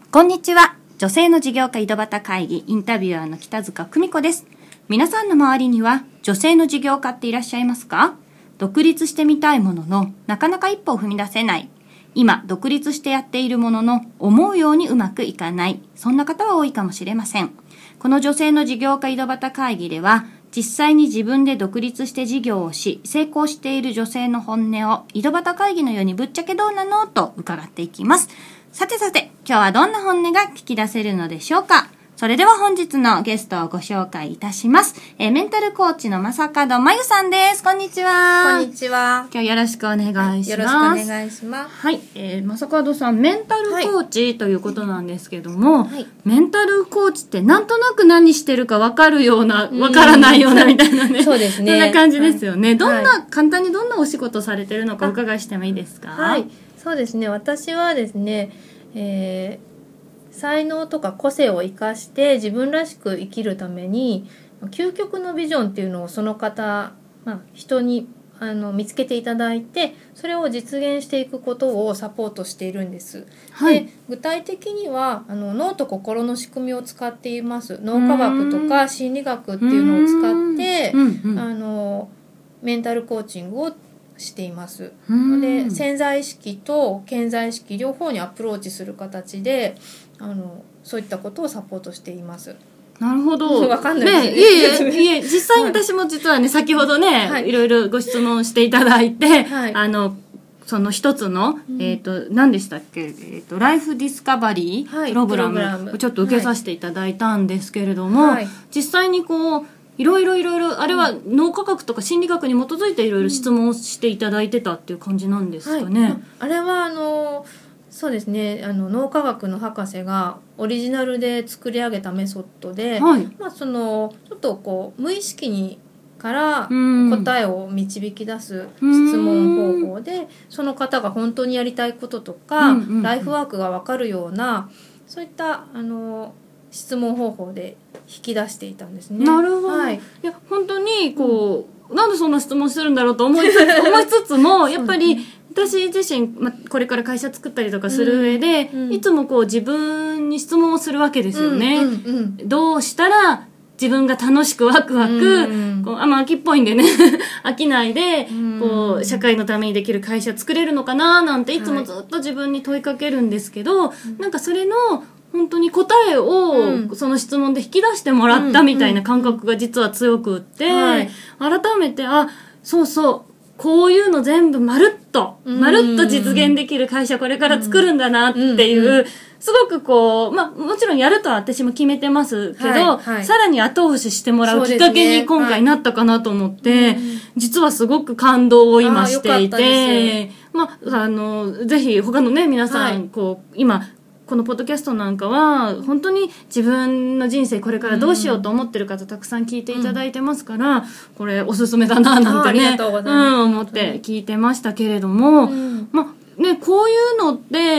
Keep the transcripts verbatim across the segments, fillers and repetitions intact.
こんにちは。女性の事業家井戸端会議インタビュアーの北塚久美子です。皆さんの周りには女性の事業家っていらっしゃいますか？独立してみたいもののなかなか一歩を踏み出せない。今独立してやっているものの思うようにうまくいかない。そんな方は多いかもしれません。この女性の事業家井戸端会議では実際に自分で独立して事業をし成功している女性の本音を井戸端会議のようにぶっちゃけどうなのと伺っていきます。さてさて、今日はどんな本音が聞き出せるのでしょうか。それでは本日のゲストをご紹介いたします。えー、メンタルコーチの正門真由さんです。こんにちは。 こんにちは。 今日よろしくお願いします。 よろしくお願いします。 はい、えー、正門さん、メンタルコーチということなんですけども、はい、メンタルコーチってなんとなく何してるか分かるような、分からないようなみたいなね。 そうですね。 そんな感じですよね。はい、どんな、はい、簡単にどんなお仕事されてるのかお伺いしてもいいですか？ はい、そうですね。私はですね、えー、才能とか個性を生かして自分らしく生きるために究極のビジョンっていうのをその方、まあ、人にあの見つけていただいてそれを実現していくことをサポートしているんです、はい、で具体的にはあの脳と心の仕組みを使っています。脳科学とか心理学っていうのを使ってあのメンタルコーチングをしています。で潜在意識と顕在意識両方にアプローチする形であのそういったことをサポートしています。 なるほど。 わかんないですね。 ね、いえいえ、いえ、実際に私も実はね、先ほどね、はい、いろいろご質問していただいて、はい、あの、その一つの、うん、えっ、ー、と、何でしたっけ、えっ、ー、と、ライフディスカバリープログラムをちょっと受けさせていただいたんですけれども、はい、実際にこう、いろいろいろいろ、あれは脳科学とか心理学に基づいていろいろ質問をしていただいてたっていう感じなんですかね。はい、 あれは、あの、そうですね、あの脳科学の博士がオリジナルで作り上げたメソッドで、はい、まあ、そのちょっとこう無意識にから答えを導き出す質問方法でその方が本当にやりたいこととか、うんうんうん、ライフワークが分かるようなそういったあの質問方法で引き出していたんですね。 なるほど、はい、いや本当にこう、うん、なんでそんな質問するんだろうと思いつつ、思いつつもやっぱり私自身、ま、これから会社作ったりとかする上で、うんうん、いつもこう自分に質問をするわけですよね、うんうんうん、どうしたら自分が楽しくワクワク、うんうん、こうあんま秋っぽいんでね飽きないで、うん、こう社会のためにできる会社作れるのかななんていつもずっと自分に問いかけるんですけど、はい、なんかそれの本当に答えをその質問で引き出してもらったみたいな感覚が実は強くって、うんうんはい、改めてあそうそうこういうの全部まるっとまるっと実現できる会社これから作るんだなっていうすごくこうまあもちろんやるとは私も決めてますけど、はいはい、さらに後押ししてもらうきっかけに今回なったかなと思って、ねはい、実はすごく感動を今していてまああのぜひ他のね皆さん、はい、こう今このポッドキャストなんかは本当に自分の人生これからどうしようと思ってる方たくさん聞いていただいてますから、うん、これおすすめだななんてね、うん、思って聞いてましたけれども、うん、まあね、こういうのって、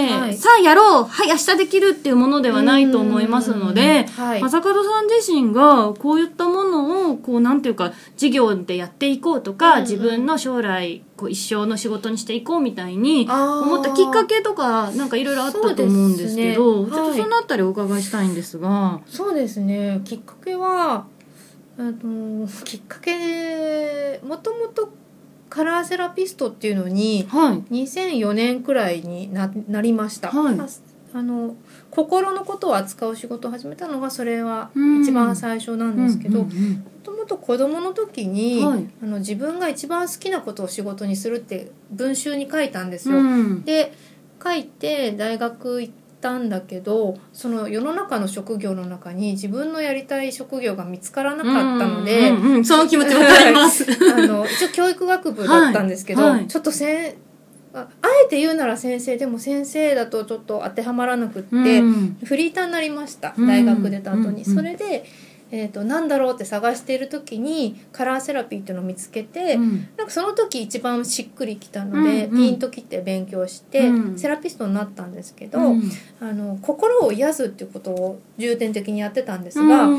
はい、さあやろうはい明日できるっていうものではないと思いますので、はい、正門さん自身がこういったものをこうなんていうか事業でやっていこうとか、うん、自分の将来こう一生の仕事にしていこうみたいに思ったきっかけとかなんかいろいろあったと思うんですけど、ね、ちょっとそのあたりお伺いしたいんですが。 そうですね、きっかけはあのきっかけもともとカラーセラピストっていうのに、はい、にせんよねんくらいに な, なりました、はい、あの心のことを扱う仕事を始めたのがそれは一番最初なんですけど、もともと子供の時に、はい、あの自分が一番好きなことを仕事にするって文集に書いたんですよ、うん、で書いて大学行ったんだけどその世の中の職業の中に自分のやりたい職業が見つからなかったので、 うんうんうん、その気持ちわかりますあの一応教育学部だったんですけど、はいはい、ちょっとせんあえて言うなら先生でも先生だとちょっと当てはまらなくって、うん、フリーターになりました、うん、大学出た後に、うんうん、それで、えーと、なんだろうって探している時にカラーセラピーっていうのを見つけて、うん、なんかその時一番しっくりきたので、うんうん、ピンときて勉強して、うん、セラピストになったんですけど、うん、あの心を癒すっていうことを重点的にやってたんですが、うん、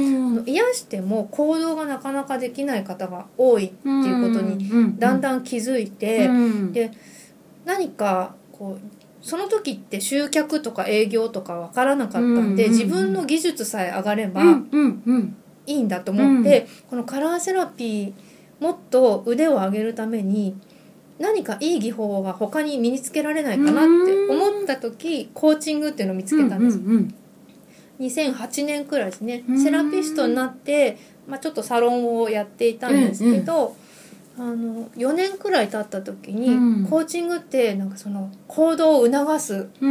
癒しても行動がなかなかできない方が多いっていうことにだんだん気づいて、うんうん、で何かこうその時って集客とか営業とか分からなかったんで、うんうんうん、自分の技術さえ上がればいいんだと思って、うんうん、このカラーセラピーもっと腕を上げるために何かいい技法が他に身につけられないかなって思った時、コーチングっていうのを見つけたんです、うんうんうん、にせんはちねんくらいですね。セラピストになって、まあ、ちょっとサロンをやっていたんですけど、うんうん、あのよねんくらい経った時に、うん、コーチングってなんかその行動を促す、うん、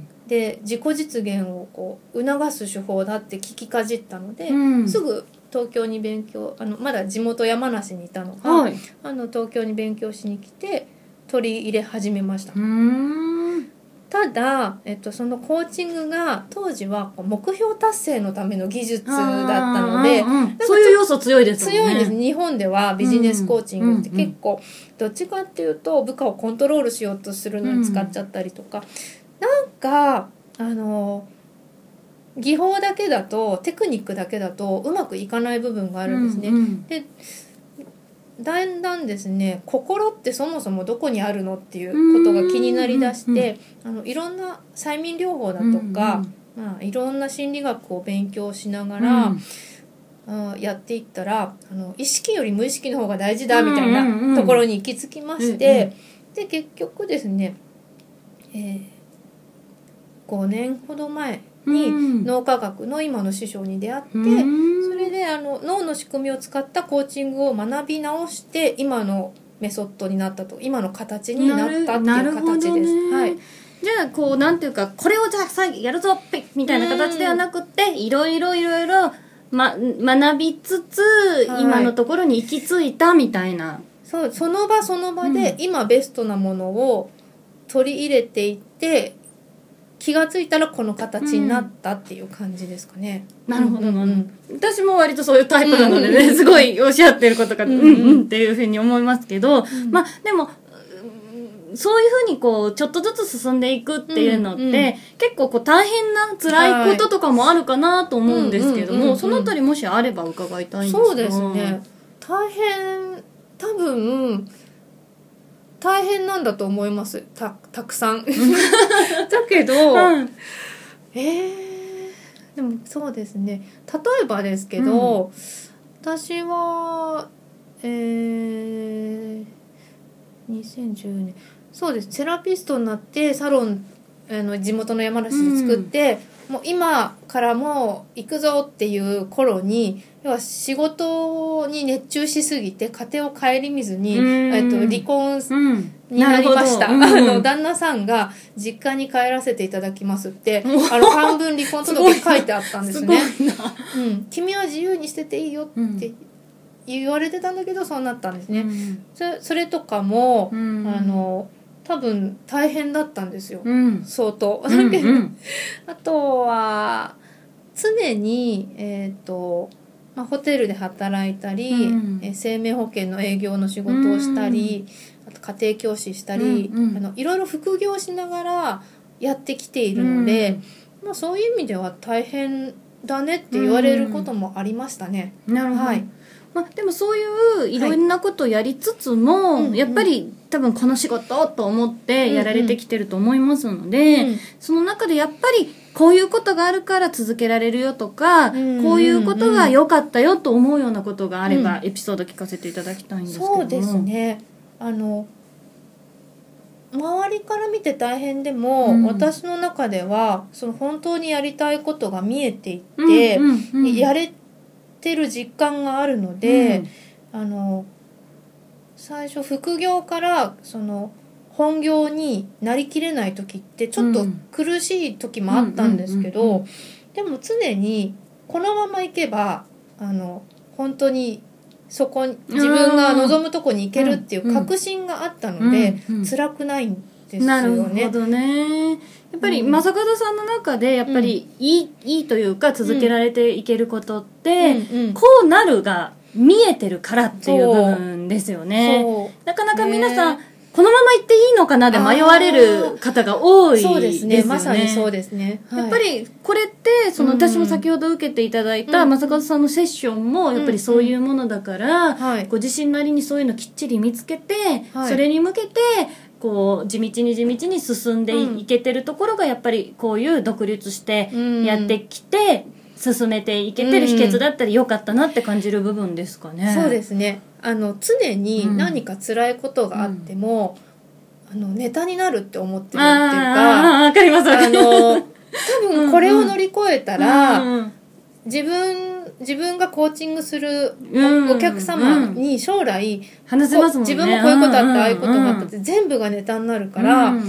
で自己実現をこう促す手法だって聞きかじったので、うん、すぐ東京に勉強、あのまだ地元山梨にいたのが、はい、あの東京に勉強しに来て取り入れ始めました。うーん、ただ、えっと、そのコーチングが当時は目標達成のための技術だったので、 うんうん、そういう要素強いですもんね。 強いです。日本ではビジネスコーチングって結構どっちかっていうと部下をコントロールしようとするのに使っちゃったりとか、うん、なんかあの技法だけだとテクニックだけだとうまくいかない部分があるんですね、うんうん、でだんだんですね、心ってそもそもどこにあるのっていうことが気になりだして、あのいろんな催眠療法だとか、うんうん、まあ、いろんな心理学を勉強しながら、うん、やっていったらあの意識より無意識の方が大事だみたいなところに行き着きまして、うんうんうん、で結局ですね、えー、ごねんほど前に脳科学の今の師匠に出会って、うん、それであの脳の仕組みを使ったコーチングを学び直して今のメソッドになったと、今の形になったっていう形です。はい、 じゃあこうなんていうか、これをじゃあ最後やるぞみたいな形ではなくて、いろいろいろいろま学びつつ、はい、今のところに行き着いたみたいな。 そう、その場その場で今ベストなものを取り入れていって、気がついたらこの形になったっていう感じですかね、 うん、なるほど、うんうん、私も割とそういうタイプなのでね、うんうん、すごいおっしゃってることがうんうんっていうふうに思いますけど、うん、まあでもそういうふうにこうちょっとずつ進んでいくっていうのって、うんうん、結構こう大変な辛いこととかもあるかなと思うんですけども、そのあたりもしあれば伺いたいんですが。 そうですね、大変、多分大変なんだと思います。 た, たくさんだけど、うん、えー、でもそうですね、例えばですけど、うん、私はえー、にせんじゅうねん、そうです、セラピストになってサロンあの地元の山梨で作って、うん、もう今からもう行くぞっていう頃に、要は仕事に熱中しすぎて家庭を顧みずに、えっと、離婚になりました、うん、あの旦那さんが実家に帰らせていただきますってあの半分離婚届書いてあったんですね。すごいな、うん、君は自由にしてていいよって言われてたんだけど、そうなったんですね、うん、そ, それとかも、うん、あの多分大変だったんですよ、うん、相当、うんうん、あとは常に、えーとまあ、ホテルで働いたり、うん、え生命保険の営業の仕事をしたり、うん、あと家庭教師したり、うんうん、あのいろいろ副業しながらやってきているので、うん、まあ、そういう意味では大変だねって言われることもありましたね、 うん、なるほど、はい、まあ、でもそういういろんなことをやりつつも、はい、やっぱり多分この仕事と思ってやられてきてると思いますので、うんうん、その中でやっぱりこういうことがあるから続けられるよとか、うんうんうん、こういうことが良かったよと思うようなことがあれば、うん、エピソード聞かせていただきたいんですけども。 そうですね、あの周りから見て大変でも、うん、私の中ではその本当にやりたいことが見えていて、うんうんうん、やれてる実感があるので、うん、あの最初副業からその本業になりきれない時ってちょっと苦しい時もあったんですけど、でも常にこのままいけばあの本当にそこに自分が望むとこに行けるっていう確信があったので、うんうん、辛くないんですよね。 なるほどね。やっぱり正門さんの中でやっぱりいい、うん、いいというか続けられていけることって、うんうん、こうなるが見えてるからっていう部分ですよね。なかなか皆さん、ね、このまま行っていいのかなで迷われる方が多いですよね。そうですね、 まさにそうですね、 はい、やっぱりこれってその私も先ほど受けていただいた正門さんのセッションもやっぱりそういうものだから、うんうん、ご自身なりにそういうのきっちり見つけて、はい、それに向けてこう地道に地道に進んでいけてるところがやっぱりこういう独立してやってきて進めていけてる秘訣だったり良かったなって感じる部分ですかね。 そうですね。あの常に何か辛いことがあっても、うん、あのネタになるって思ってるっていうか、 わかりますわかります。 あの多分これを乗り越えたら、うんうん、自分自分がコーチングする お,、お客様に将来話せますもんね。 自分もこういうことあってああいうことがあったって全部がネタになるから、うん、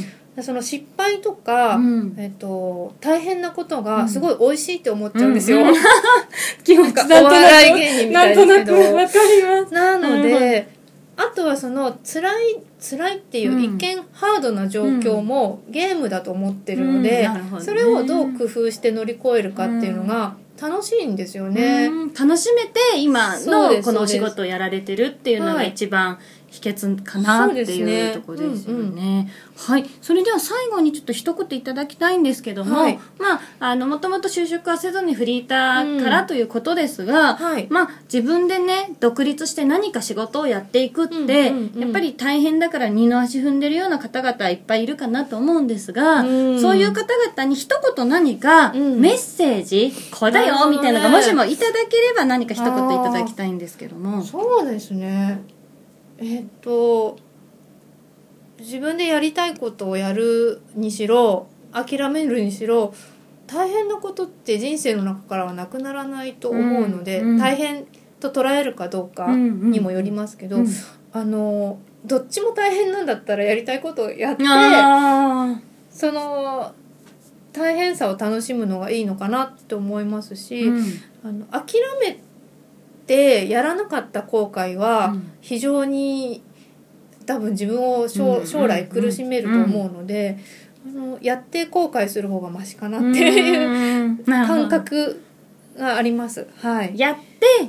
その失敗とか、うんえっと、大変なことがすごい美味しいって思っちゃうんですよ、うんうん、 気持ちなんとなくお笑い芸人みたいですけど、なんとなくわかります。 なので、あとはその辛い辛いっていう一見ハードな状況もゲームだと思ってるので、うんうん、それをどう工夫して乗り越えるかっていうのが楽しいんですよね。 うん、楽しめて今のこのお仕事をやられてるっていうのが一番秘訣かなっていうところですよね。うんうん、はい。それでは最後にちょっと一言いただきたいんですけども、はい、まあ、あの、もともと就職はせずにフリーターからということですが、うんはい、まあ、自分でね、独立して何か仕事をやっていくって、うんうんうん、やっぱり大変だから二の足踏んでるような方々いっぱいいるかなと思うんですが、うん、そういう方々に一言何かメッセージ、うん、これだよみたいなのがもしもいただければ何か一言いただきたいんですけども。 そうですね。えっと自分でやりたいことをやるにしろ諦めるにしろ大変なことって人生の中からはなくならないと思うので、うんうん、大変と捉えるかどうかにもよりますけど、うんうん、あのどっちも大変なんだったらやりたいことをやってその大変さを楽しむのがいいのかなって思いますし、うん、あの諦めてやらなかった後悔は非常に多分自分を 将, 将来苦しめると思うので、あのやって後悔する方がマシかなっていう感覚があります、はい、 やって、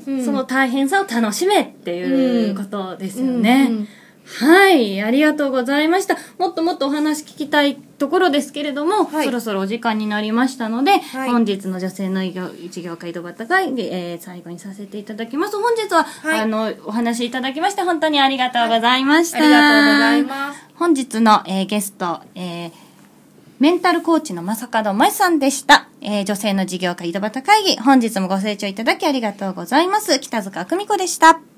うん、その大変さを楽しめっていうことですよね、うんうんうん、はい、ありがとうございました。もっともっとお話聞きたいところですけれども、はい、そろそろお時間になりましたので、はい、本日の女性の事業家井戸端会議、えー、最後にさせていただきます。本日は、はい、あのお話いただきまして本当にありがとうございました、はい、 ありがとうございます。 本日の、えー、ゲスト、えー、メンタルコーチの正門萌さんでした、えー、女性の事業家井戸端会議、本日もご清聴いただきありがとうございます。北塚久美子でした。